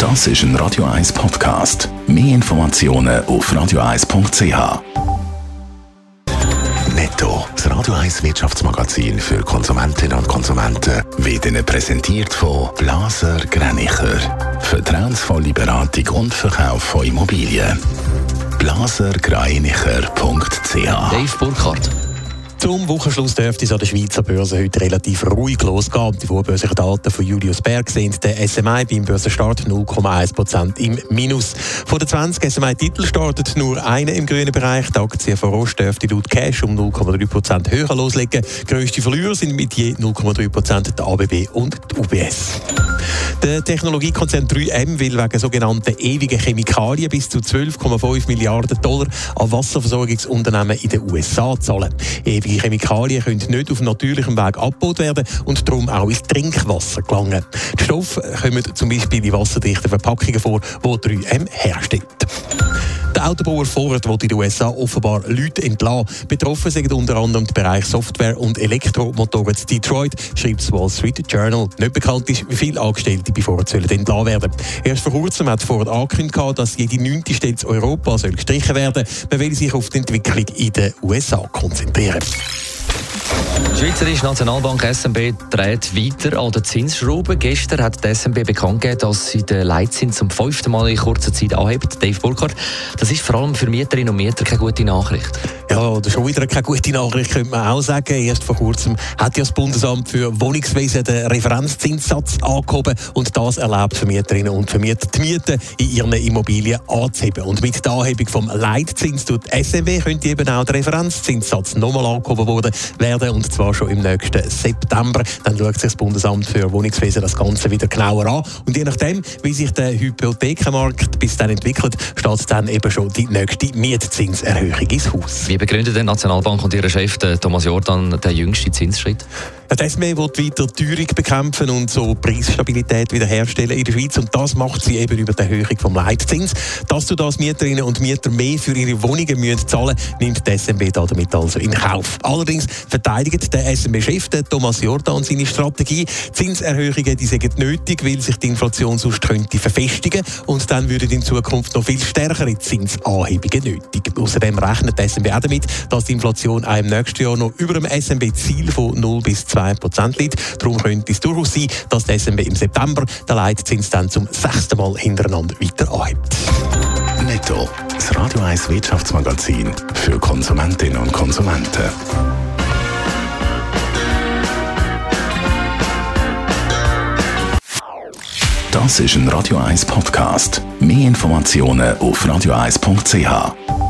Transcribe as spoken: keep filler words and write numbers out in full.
Das ist ein Radio eins Podcast. Mehr Informationen auf radio eins punkt c h. Netto, das Radio eins Wirtschaftsmagazin für Konsumentinnen und Konsumenten, wird Ihnen präsentiert von Blaser Greinicher. Vertrauensvolle Beratung und Verkauf von Immobilien. blaser greinicher punkt c h. Dave Burkhardt. Zum Wochenschluss dürfte es an der Schweizer Börse heute relativ ruhig losgehen. Die vorbörslichen Daten von Julius Berg sehen den S M I beim Börsenstart null Komma eins Prozent im Minus. Von den zwanzig S M I-Titeln startet nur einer im grünen Bereich. Die Aktie von Roche dürfte laut Cash um null Komma drei Prozent höher loslegen. Grösste Verlierer sind mit je null Komma drei Prozent der A B B und die U B S. Der Technologiekonzern drei M will wegen sogenannten ewigen Chemikalien bis zu zwölf Komma fünf Milliarden Dollar an Wasserversorgungsunternehmen in den U S A zahlen. Ewige Chemikalien können nicht auf natürlichem Weg abgebaut werden und darum auch ins Trinkwasser gelangen. Die Stoffe kommen zum Beispiel in wasserdichten Verpackungen vor, die drei M herstellt. Der Autobauer Ford will in den U S A offenbar Leute entlassen. Betroffen sind unter anderem der Bereich Software und Elektromotoren in Detroit, schreibt das Wall Street Journal. Nicht bekannt ist, wie viele Angestellte bei Ford sollen entlassen werden. Erst vor kurzem hat Ford angekündigt, dass jede neunte Stelle in Europa soll gestrichen werden soll. Man will sich auf die Entwicklung in den U S A konzentrieren. Die Schweizerische Nationalbank S N B dreht weiter an der Zinsschraube. Gestern hat die S N B bekannt gegeben, dass sie den Leitzins zum fünften Mal in kurzer Zeit anhebt. Dave Burkhardt, das ist vor allem für Mieterinnen und Mieter keine gute Nachricht. Ja, oder schon wieder keine gute Nachricht, könnte man auch sagen. Erst vor kurzem hat ja das Bundesamt für Wohnungswesen den Referenzzinssatz angehoben und das erlaubt Vermieterinnen und Vermieter, die Mieten in ihren Immobilien anzuheben. Und mit der Anhebung vom Leitzins tut die S N B könnte eben auch der Referenzzinssatz nochmal angehoben worden werden, und zwar schon im nächsten September. Dann schaut sich das Bundesamt für Wohnungswesen das Ganze wieder genauer an. Und je nachdem, wie sich der Hypothekenmarkt bis dann entwickelt, steht dann eben schon die nächste Mietzinserhöhung ins Haus. Wie begründet die Nationalbank und ihr Chef Thomas Jordan den jüngsten Zinsschritt? Die S M B will weiter Teuerung bekämpfen und so Preisstabilität wiederherstellen in der Schweiz. Und das macht sie eben über die Erhöhung vom Leitzins. Dass du das Mieterinnen und Mieter mehr für ihre Wohnungen müssen zahlen, nimmt die S M B damit also in Kauf. Allerdings verteidigt der S M B-Chef Thomas Jordan seine Strategie. Zinserhöhungen die sind nötig, weil sich die Inflation sonst könnte verfestigen und dann würden in Zukunft noch viel stärkere Zinsanhebungen nötig. Außerdem rechnet die S M B auch damit, dass die Inflation auch im nächsten Jahr noch über dem S M B-Ziel von null bis zwei Prozent liegt. Darum könnte es durchaus sein, dass die S M B im September den Leitzins dann zum sechsten Mal hintereinander weiter anhebt. Netto, das Radio eins Wirtschaftsmagazin für Konsumentinnen und Konsumenten. Das ist ein Radio eins Podcast. Mehr Informationen auf radio eins punkt c h.